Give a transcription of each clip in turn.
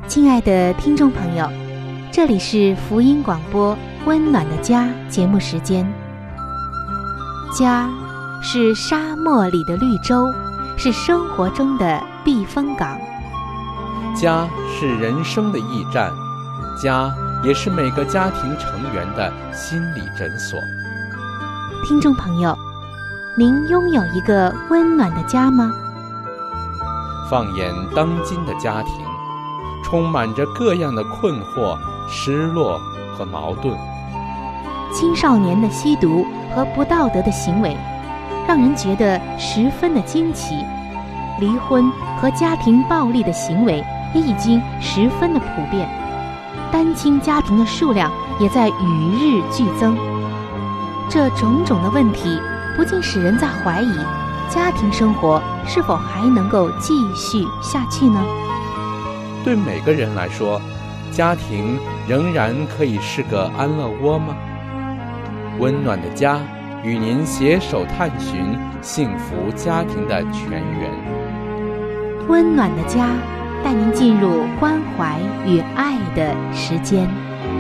亲爱的听众朋友，这里是福音广播温暖的家节目时间。家是沙漠里的绿洲，是生活中的避风港。 家是人生的驿站，家也是每个家庭成员的心理诊所。 听众朋友，您拥有一个温暖的家吗？ 放眼当今的家庭，充满着各样的困惑、失落和矛盾。 青少年的吸毒和不道德的行为，让人觉得十分的惊奇。离婚和家庭暴力的行为也已经十分的普遍，单亲家庭的数量也在与日俱增。这种种的问题，不禁使人在怀疑，家庭生活是否还能够继续下去呢？ 对每个人来说，家庭仍然可以是个安乐窝吗？温暖的家与您携手探寻幸福家庭的泉源。 温暖的家带您进入关怀与爱的时间。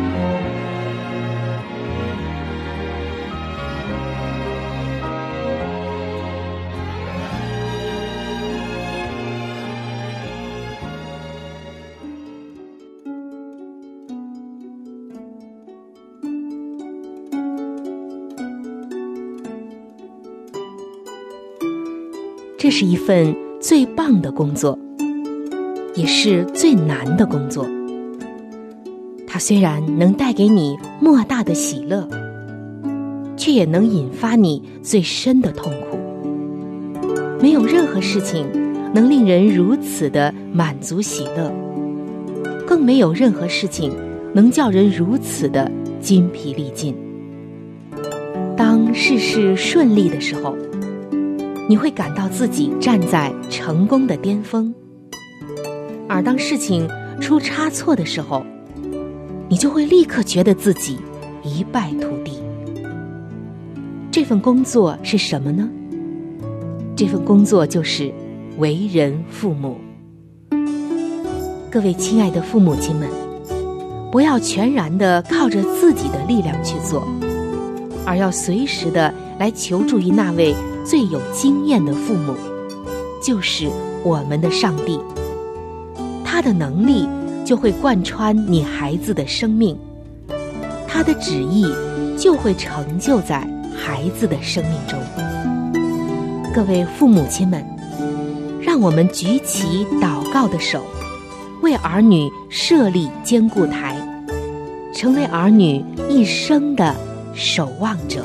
这是一份最棒的工作，也是最难的工作。它虽然能带给你莫大的喜乐，却也能引发你最深的痛苦。没有任何事情能令人如此的满足喜乐，更没有任何事情能叫人如此的筋疲力尽。当事事顺利的时候，你会感到自己站在成功的巅峰，而当事情出差错的时候，你就会立刻觉得自己一败涂地。这份工作是什么呢？这份工作就是为人父母。各位亲爱的父母亲们，不要全然地靠着自己的力量去做，而要随时地来求助于那位最有经验的父母，就是我们的上帝。他的能力就会贯穿你孩子的生命，他的旨意就会成就在孩子的生命中。各位父母亲们，让我们举起祷告的手，为儿女设立坚固台，成为儿女一生的守望者。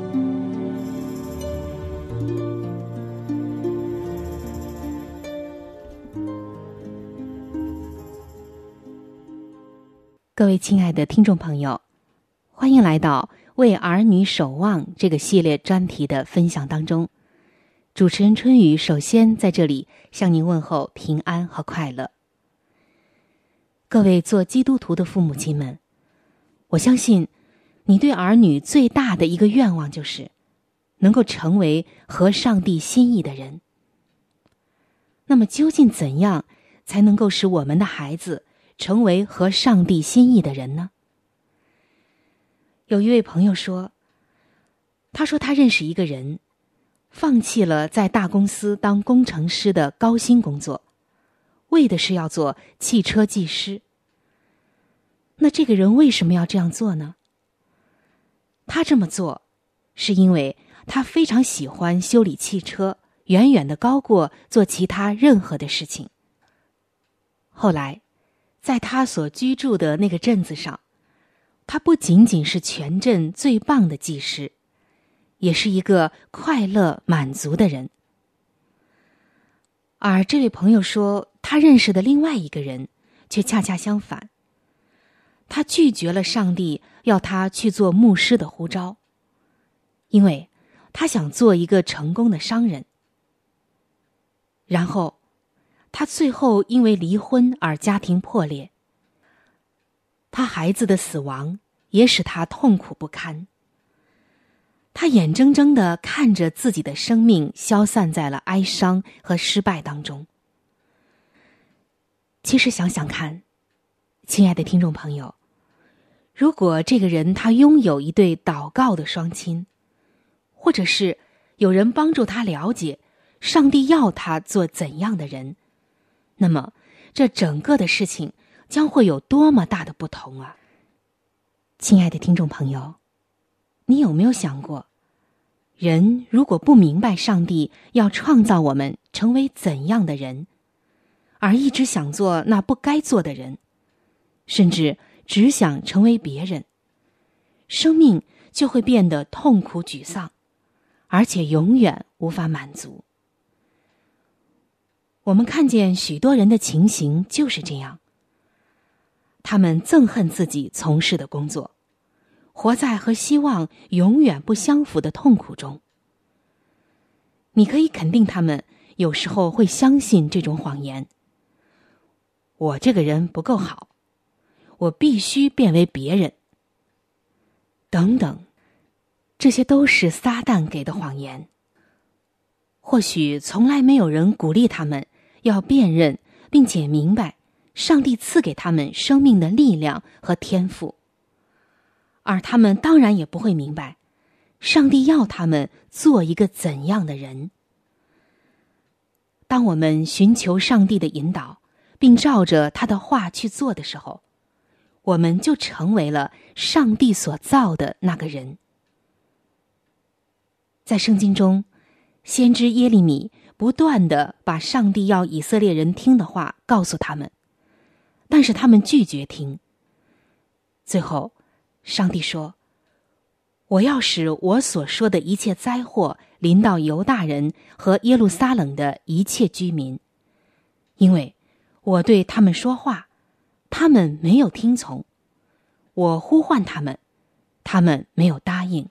各位亲爱的听众朋友，欢迎来到为儿女守望这个系列专题的分享当中。主持人春雨首先在这里向您问候平安和快乐。各位做基督徒的父母亲们，我相信你对儿女最大的一个愿望就是能够成为合上帝心意的人。那么究竟怎样才能够使我们的孩子成为合上帝心意的人呢？有一位朋友说，他认识一个人，放弃了在大公司当工程师的高薪工作，为的是要做汽车技师。那这个人为什么要这样做呢？他这么做是因为他非常喜欢修理汽车，远远地高过做其他任何的事情。后来在他所居住的那个镇子上，他不仅仅是全镇最棒的技师，也是一个快乐满足的人。而这位朋友说，他认识的另外一个人却恰恰相反，他拒绝了上帝要他去做牧师的呼召，因为他想做一个成功的商人。然后他最后因为离婚而家庭破裂，他孩子的死亡也使他痛苦不堪。他眼睁睁地看着自己的生命消散在了哀伤和失败当中。其实想想看， 亲爱的听众朋友，如果这个人他拥有一对祷告的双亲，或者是有人帮助他了解上帝要他做怎样的人，那么这整个的事情将会有多么大的不同啊！亲爱的听众朋友，你有没有想过，人如果不明白上帝要创造我们成为怎样的人，而一直想做那不该做的人，甚至只想成为别人，生命就会变得痛苦沮丧，而且永远无法满足。我们看见许多人的情形就是这样，他们憎恨自己从事的工作，活在和希望永远不相符的痛苦中。你可以肯定他们有时候会相信这种谎言：我这个人不够好，我必须变为别人，等等，这些都是撒旦给的谎言。或许从来没有人鼓励他们要辨认并且明白上帝赐给他们生命的力量和天赋，而他们当然也不会明白上帝要他们做一个怎样的人。当我们寻求上帝的引导，并照着他的话去做的时候，我们就成为了上帝所造的那个人。在圣经中，先知耶利米不断地把上帝要以色列人听的话告诉他们，但是他们拒绝听。最后，上帝说：我要使我所说的一切灾祸临到犹大人和耶路撒冷的一切居民，因为我对他们说话，他们没有听从；我呼唤他们，他们没有答应。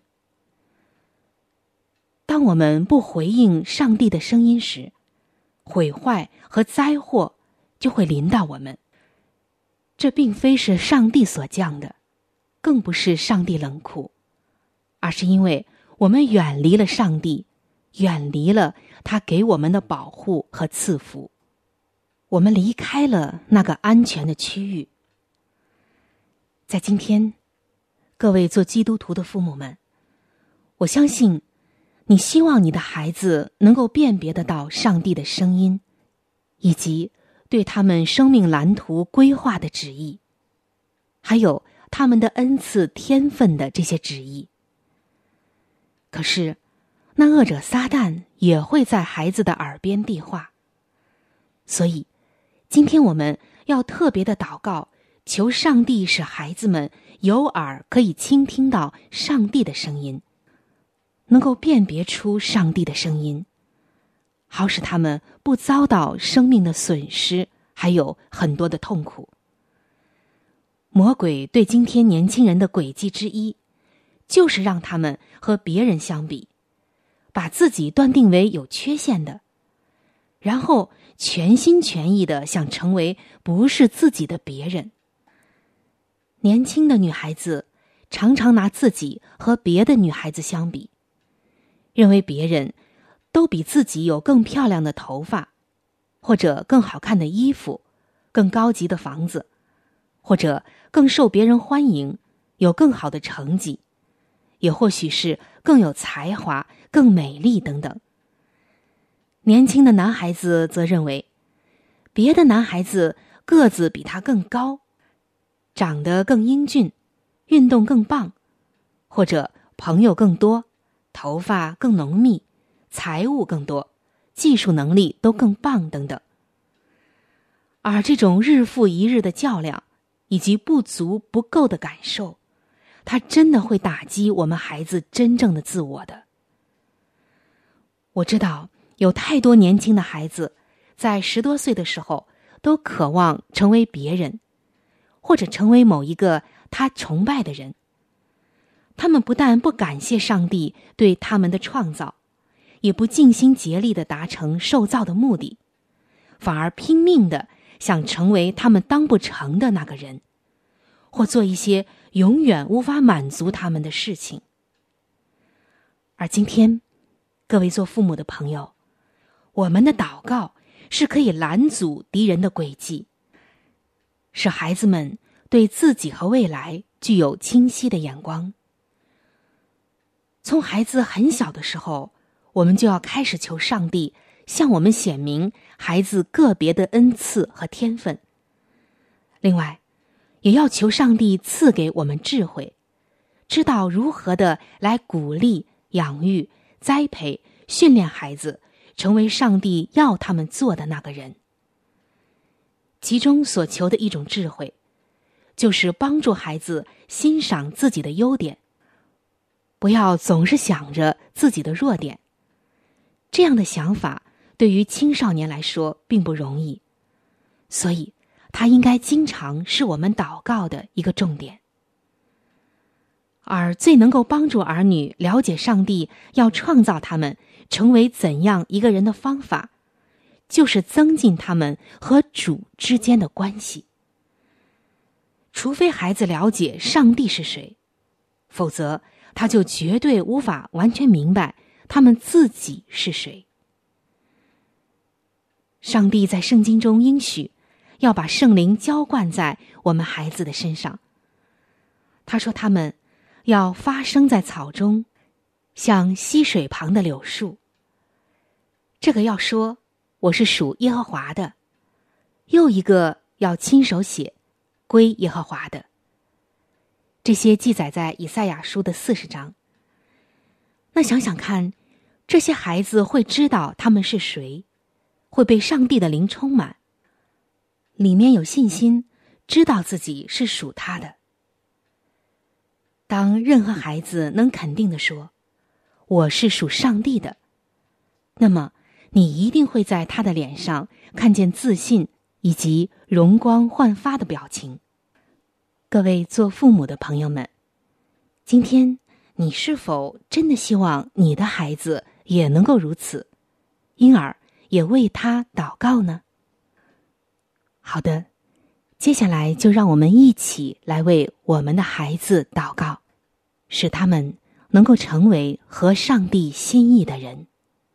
当我们不回应上帝的声音时，毁坏和灾祸就会临到我们。这并非是上帝所降的，更不是上帝冷酷，而是因为我们远离了上帝，远离了他给我们的保护和赐福，我们离开了那个安全的区域。在今天，各位做基督徒的父母们，我相信你希望你的孩子能够辨别得到上帝的声音，以及对他们生命蓝图规划的旨意，还有他们的恩赐天分的这些旨意。可是那恶者撒旦也会在孩子的耳边递话，所以今天我们要特别的祷告，求上帝使孩子们有耳可以倾听到上帝的声音，能够辨别出上帝的声音，好使他们不遭到生命的损失，还有很多的痛苦。魔鬼对今天年轻人的诡计之一，就是让他们和别人相比，把自己断定为有缺陷的，然后全心全意地想成为不是自己的别人。年轻的女孩子常常拿自己和别的女孩子相比，认为别人都比自己有更漂亮的头发，或者更好看的衣服，更高级的房子，或者更受别人欢迎，有更好的成绩，也或许是更有才华，更美丽等等。年轻的男孩子则认为，别的男孩子个子比他更高，长得更英俊，运动更棒，或者朋友更多，头发更浓密，财物更多，技术能力都更棒等等。而这种日复一日的较量，以及不足不够的感受，它真的会打击我们孩子真正的自我的。我知道有太多年轻的孩子在10多岁的时候都渴望成为别人，或者成为某一个他崇拜的人。他们不但不感谢上帝对他们的创造，也不尽心竭力地达成受造的目的，反而拼命地想成为他们当不成的那个人，或做一些永远无法满足他们的事情。而今天，各位做父母的朋友，我们的祷告是可以拦阻敌人的诡计，使孩子们对自己和未来具有清晰的眼光。从孩子很小的时候，我们就要开始求上帝向我们显明孩子个别的恩赐和天分。另外，也要求上帝赐给我们智慧，知道如何的来鼓励、养育、栽培、训练孩子，成为上帝要他们做的那个人。其中所求的一种智慧，就是帮助孩子欣赏自己的优点，不要总是想着自己的弱点。这样的想法对于青少年来说并不容易，所以它应该经常是我们祷告的一个重点。而最能够帮助儿女了解上帝要创造他们成为怎样一个人的方法，就是增进他们和主之间的关系。除非孩子了解上帝是谁，否则他就绝对无法完全明白他们自己是谁。上帝在圣经中应许要把圣灵浇灌在我们孩子的身上。他说他们要发生在草中，像溪水旁的柳树。这个要说我是属耶和华的，又一个要亲手写归耶和华的。这些记载在以赛亚书的40章。那想想看，这些孩子会知道他们是谁，会被上帝的灵充满，里面有信心，知道自己是属他的。当任何孩子能肯定地说我是属上帝的，那么你一定会在他的脸上看见自信以及容光焕发的表情。各位做父母的朋友们，今天你是否真的希望你的孩子也能够如此，因而也为他祷告呢？好的，接下来就让我们一起来为我们的孩子祷告，使他们能够成为合上帝心意的人。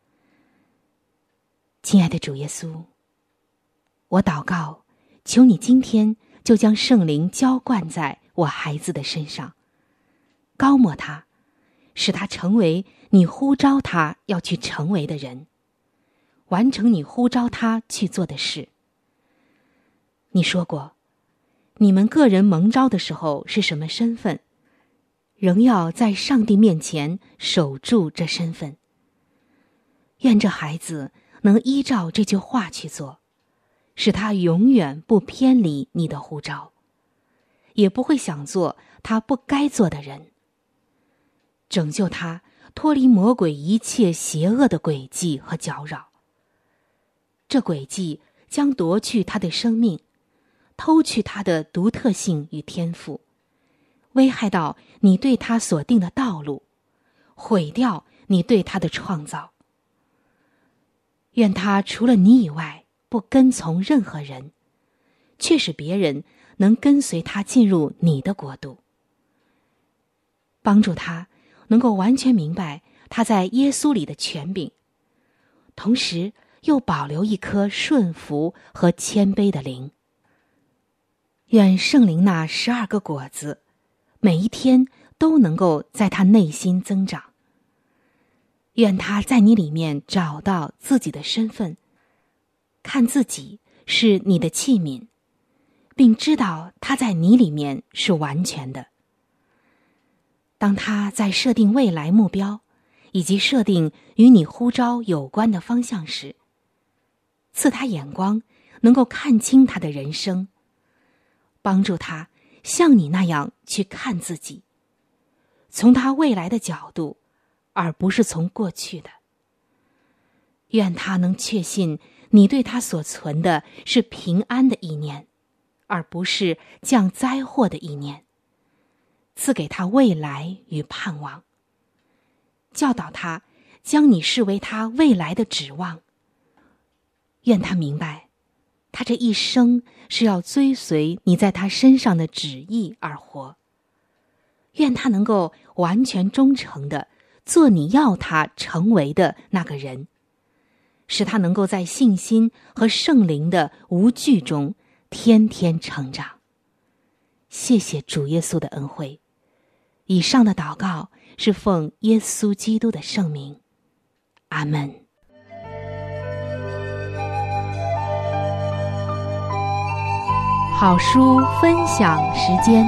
亲爱的主耶稣，我祷告，求你今天就将圣灵浇灌在我孩子的身上，高抹他，使他成为你呼召他要去成为的人，完成你呼召他去做的事。你说过，你们个人蒙召的时候是什么身份，仍要在上帝面前守住这身份。愿这孩子能依照这句话去做，使他永远不偏离你的呼召，也不会想做他不该做的人。拯救他脱离魔鬼一切邪恶的诡计和搅扰。这诡计将夺去他的生命，偷去他的独特性与天赋，危害到你对他所定的道路，毁掉你对他的创造。愿他除了你以外不跟从任何人，却使别人能跟随他进入你的国度。帮助他能够完全明白他在耶稣里的权柄，同时又保留一颗顺服和谦卑的灵。愿圣灵那12个果子每一天都能够在他内心增长。愿他在你里面找到自己的身份，看自己是你的器皿，并知道他在你里面是完全的。当他在设定未来目标以及设定与你呼召有关的方向时，赐他眼光，能够看清他的人生，帮助他像你那样去看自己，从他未来的角度，而不是从过去的。愿他能确信你对他所存的是平安的意念，而不是降灾祸的意念，赐给他未来与盼望，教导他将你视为他未来的指望。愿他明白，他这一生是要追随你在他身上的旨意而活。愿他能够完全忠诚地做你要他成为的那个人，使他能够在信心和圣灵的无惧中天天成长。 谢谢主耶稣的恩惠。以上的祷告是奉耶稣基督的圣名。阿们。好书分享时间。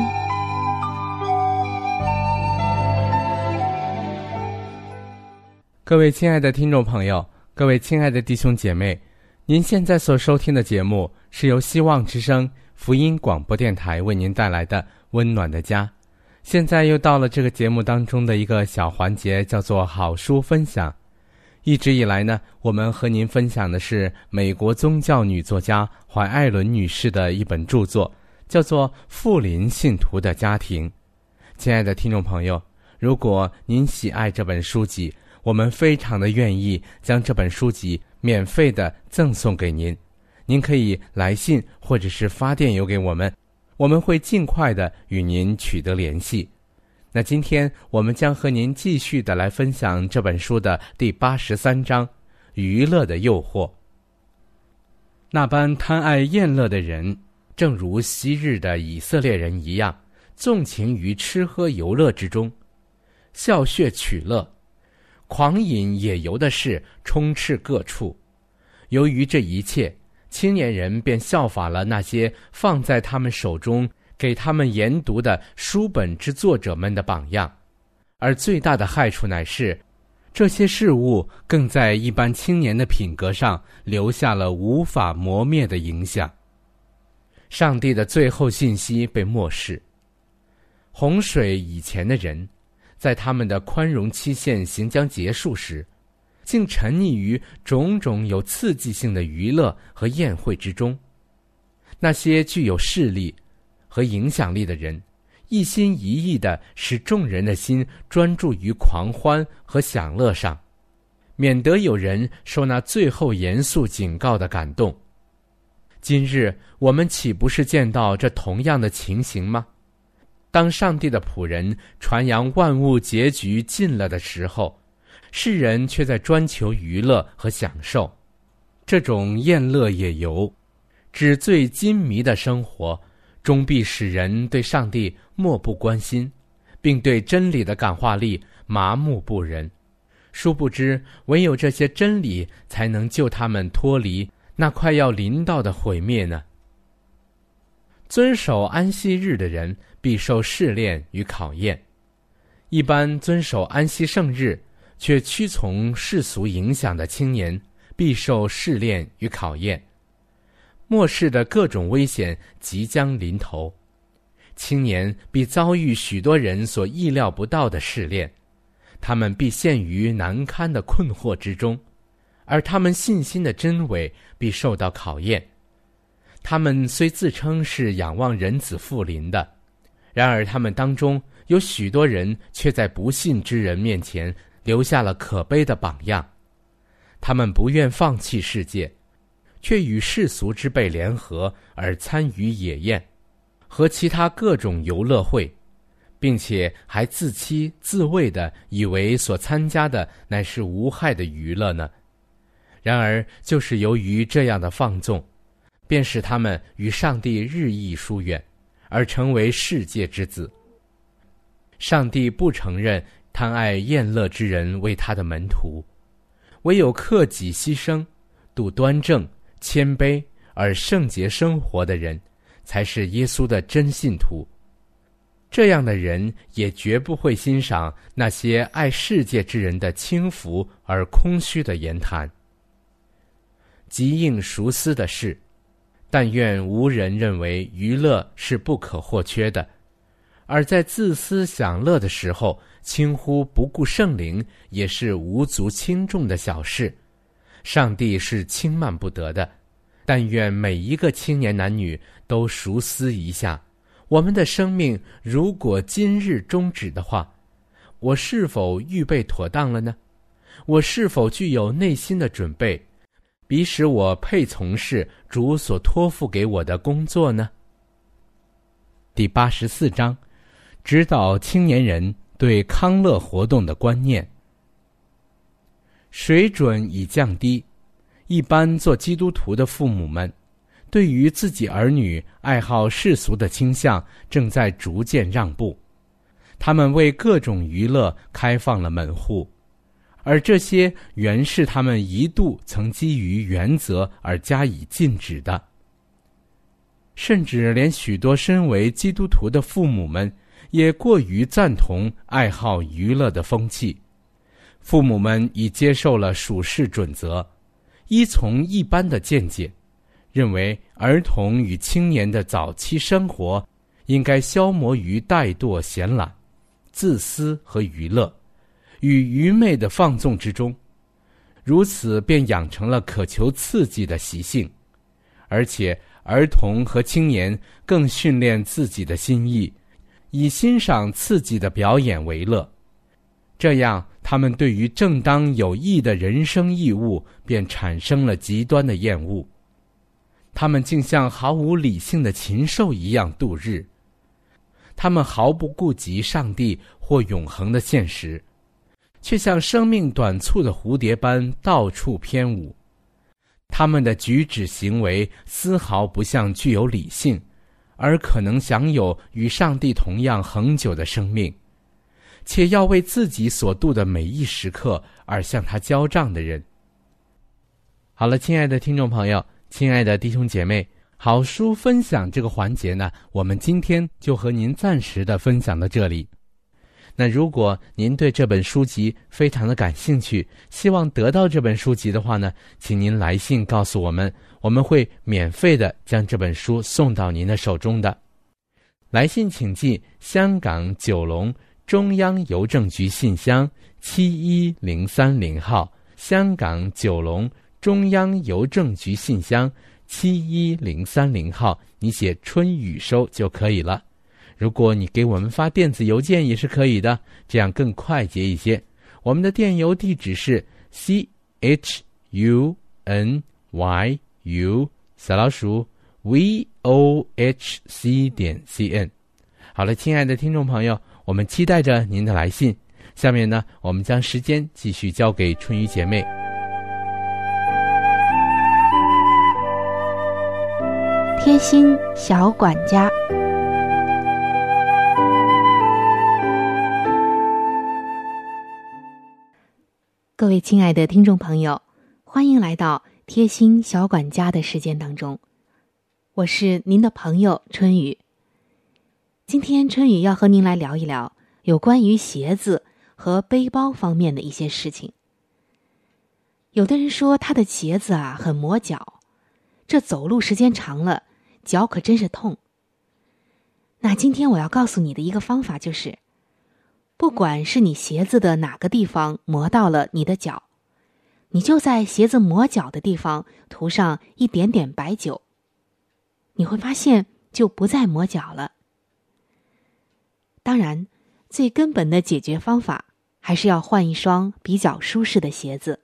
各位亲爱的听众朋友，各位亲爱的弟兄姐妹，您现在所收听的节目是由希望之声福音广播电台为您带来的温暖的家。现在又到了这个节目当中的一个小环节，叫做好书分享。一直以来呢，我们和您分享的是美国宗教女作家怀艾伦女士的一本著作，叫做《富林信徒的家庭》。亲爱的听众朋友，如果您喜爱这本书籍，我们非常的愿意将这本书籍免费的赠送给您。您可以来信或者是发电邮给我们，我们会尽快的与您取得联系。那今天我们将和您继续的来分享这本书的第83章，娱乐的诱惑。那般贪爱宴乐的人，正如昔日的以色列人一样，纵情于吃喝游乐之中，笑谑取乐，狂饮野游的事充斥各处。由于这一切，青年人便效法了那些放在他们手中给他们研读的书本之作者们的榜样，而最大的害处乃是，这些事物更在一般青年的品格上留下了无法磨灭的影响。上帝的最后信息被漠视。洪水以前的人，在他们的宽容期限行将结束时，竟沉溺于种种有刺激性的娱乐和宴会之中。那些具有势力和影响力的人，一心一意地使众人的心专注于狂欢和享乐上，免得有人受那最后严肃警告的感动。今日我们岂不是见到这同样的情形吗？当上帝的仆人传扬万物结局尽了的时候，世人却在专求娱乐和享受。这种宴乐野游、纸醉金迷的生活，终必使人对上帝漠不关心，并对真理的感化力麻木不仁。殊不知，唯有这些真理才能救他们脱离那快要临到的毁灭呢。遵守安息日的人必受试炼与考验，一般遵守安息圣日却屈从世俗影响的青年必受试炼与考验。末世的各种危险即将临头，青年必遭遇许多人所意料不到的试炼，他们必陷于难堪的困惑之中，而他们信心的真伪必受到考验。他们虽自称是仰望人子复临的，然而他们当中有许多人却在不信之人面前留下了可悲的榜样。他们不愿放弃世界，却与世俗之辈联合而参与野宴和其他各种游乐会，并且还自欺自慰地以为所参加的乃是无害的娱乐呢。然而就是由于这样的放纵，便使他们与上帝日益疏远，而成为世界之子。上帝不承认贪爱宴乐之人为他的门徒，唯有克己牺牲、度端正、谦卑而圣洁生活的人，才是耶稣的真信徒。这样的人也绝不会欣赏那些爱世界之人的轻浮而空虚的言谈。极应熟思的是，但愿无人认为娱乐是不可或缺的，而在自私享乐的时候轻忽不顾圣灵，也是无足轻重的小事。上帝是轻慢不得的。但愿每一个青年男女都熟思一下，我们的生命如果今日终止的话，我是否预备妥当了呢？我是否具有内心的准备，彼使我配从事主所托付给我的工作呢？第84章，指导青年人对康乐活动的观念。水准已降低，一般做基督徒的父母们对于自己儿女爱好世俗的倾向正在逐渐让步，他们为各种娱乐开放了门户，而这些原是他们一度曾基于原则而加以禁止的。甚至连许多身为基督徒的父母们也过于赞同爱好娱乐的风气，父母们已接受了属世准则，依从一般的见解，认为儿童与青年的早期生活应该消磨于怠惰闲懒、自私和娱乐，与愚昧的放纵之中，如此便养成了渴求刺激的习性，而且儿童和青年更训练自己的心意，以欣赏刺激的表演为乐，这样他们对于正当有益的人生义务便产生了极端的厌恶，他们竟像毫无理性的禽兽一样度日，他们毫不顾及上帝或永恒的现实，却像生命短促的蝴蝶般到处偏舞。他们的举止行为丝毫不像具有理性，而可能享有与上帝同样恒久的生命，且要为自己所度的每一时刻而向他交账的人。好了，亲爱的听众朋友，亲爱的弟兄姐妹，好书分享这个环节呢，我们今天就和您暂时的分享到这里。那如果您对这本书籍非常的感兴趣，希望得到这本书籍的话呢，请您来信告诉我们，我们会免费的将这本书送到您的手中的。来信请寄香港九龙中央邮政局信箱71030号，香港九龙中央邮政局信箱71030号，你写春雨收就可以了。如果你给我们发电子邮件也是可以的，这样更快捷一些。我们的电邮地址是 CHUNYU vohc.cn。 好了，亲爱的听众朋友，我们期待着您的来信。下面呢，我们将时间继续交给春雨姐妹。 贴心小管家。各位亲爱的听众朋友，欢迎来到贴心小管家的时间当中，我是您的朋友春雨。今天春雨要和您来聊一聊有关于鞋子和背包方面的一些事情。有的人说他的鞋子很磨脚，这走路时间长了，脚可真是痛。那今天我要告诉你的一个方法就是，不管是你鞋子的哪个地方磨到了你的脚，你就在鞋子磨脚的地方涂上一点点白酒，你会发现就不再磨脚了。当然，最根本的解决方法还是要换一双比较舒适的鞋子。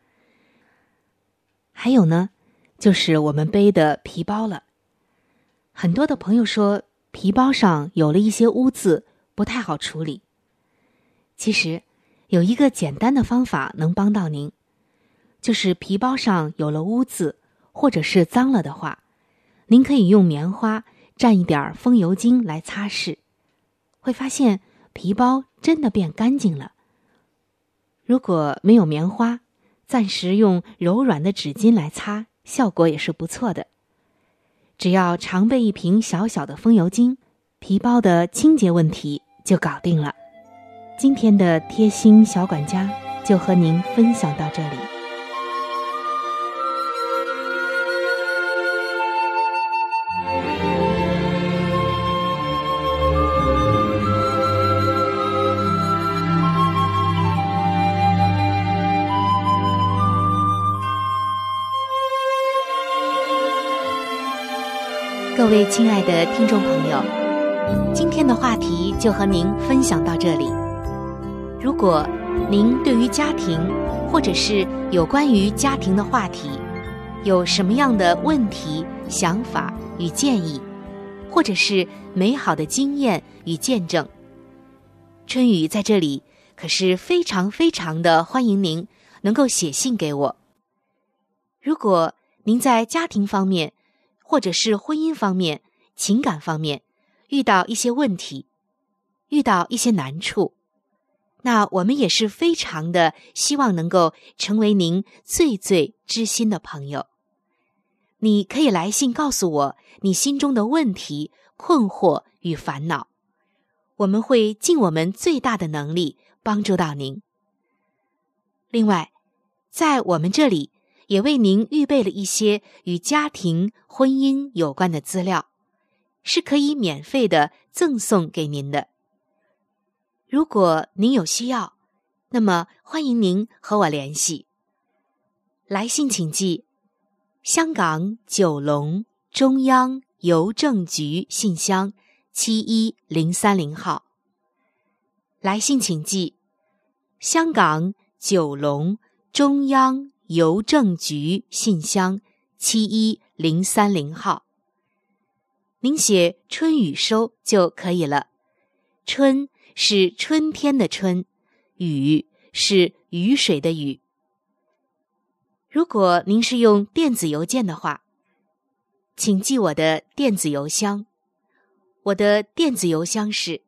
还有呢，就是我们背的皮包了。很多的朋友说皮包上有了一些污渍，不太好处理。其实有一个简单的方法能帮到您，就是皮包上有了污渍或者是脏了的话，您可以用棉花蘸一点风油精来擦拭，会发现皮包真的变干净了。如果没有棉花，暂时用柔软的纸巾来擦，效果也是不错的。只要常备一瓶小小的风油精，皮包的清洁问题就搞定了。今天的贴心小管家就和您分享到这里。各位亲爱的听众朋友，今天的话题就和您分享到这里。如果您对于家庭或者是有关于家庭的话题有什么样的问题、想法与建议，或者是美好的经验与见证，春雨在这里可是非常非常的欢迎您能够写信给我。如果您在家庭方面或者是婚姻方面、情感方面遇到一些问题，遇到一些难处，那我们也是非常的希望能够成为您最最知心的朋友。你可以来信告诉我你心中的问题、困惑与烦恼，我们会尽我们最大的能力帮助到您。另外，在我们这里也为您预备了一些与家庭、婚姻有关的资料，是可以免费的赠送给您的。如果您有需要，那么欢迎您和我联系。来信请寄香港九龙中央邮政局信箱71030号。来信请寄香港九龙中央邮政局信箱71030号。您写春雨收就可以了。春是春天的春，雨是雨水的雨。如果您是用电子邮件的话，请记我的电子邮箱。我的电子邮箱是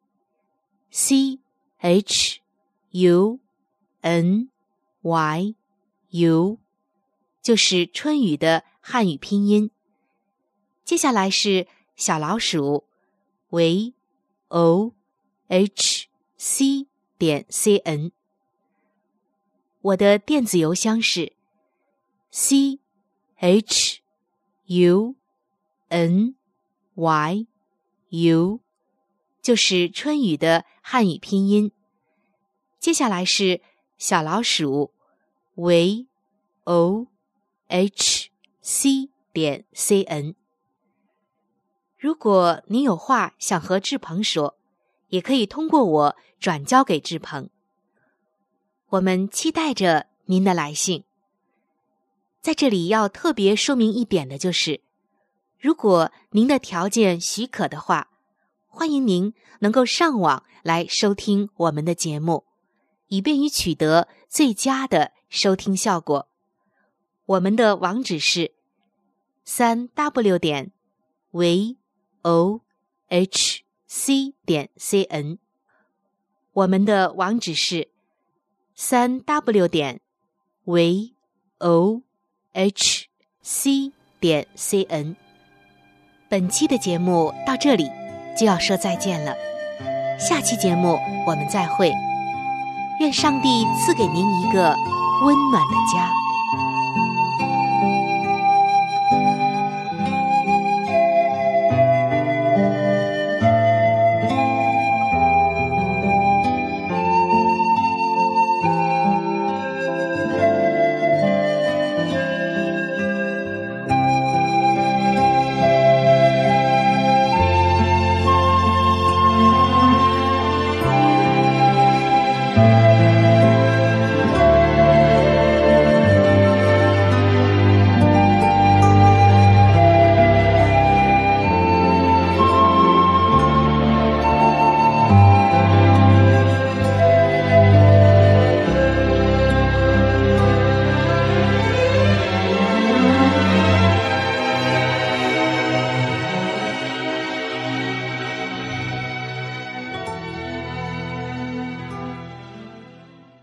CHUNYU， 就是春雨的汉语拼音。接下来是小老鼠vohc.cn。 我的电子邮箱是 CHUNYU， 就是春雨的汉语拼音。接下来是小老鼠 vohc.cn。 如果您有话想和志鹏说，也可以通过我转交给志鹏。我们期待着您的来信。在这里要特别说明一点的就是，如果您的条件许可的话，欢迎您能够上网来收听我们的节目，以便于取得最佳的收听效果。我们的网址是 3w.vohc.cn。 我们的网址是 3w.vohc.cn。 本期的节目到这里就要说再见了，下期节目我们再会。愿上帝赐给您一个温暖的家。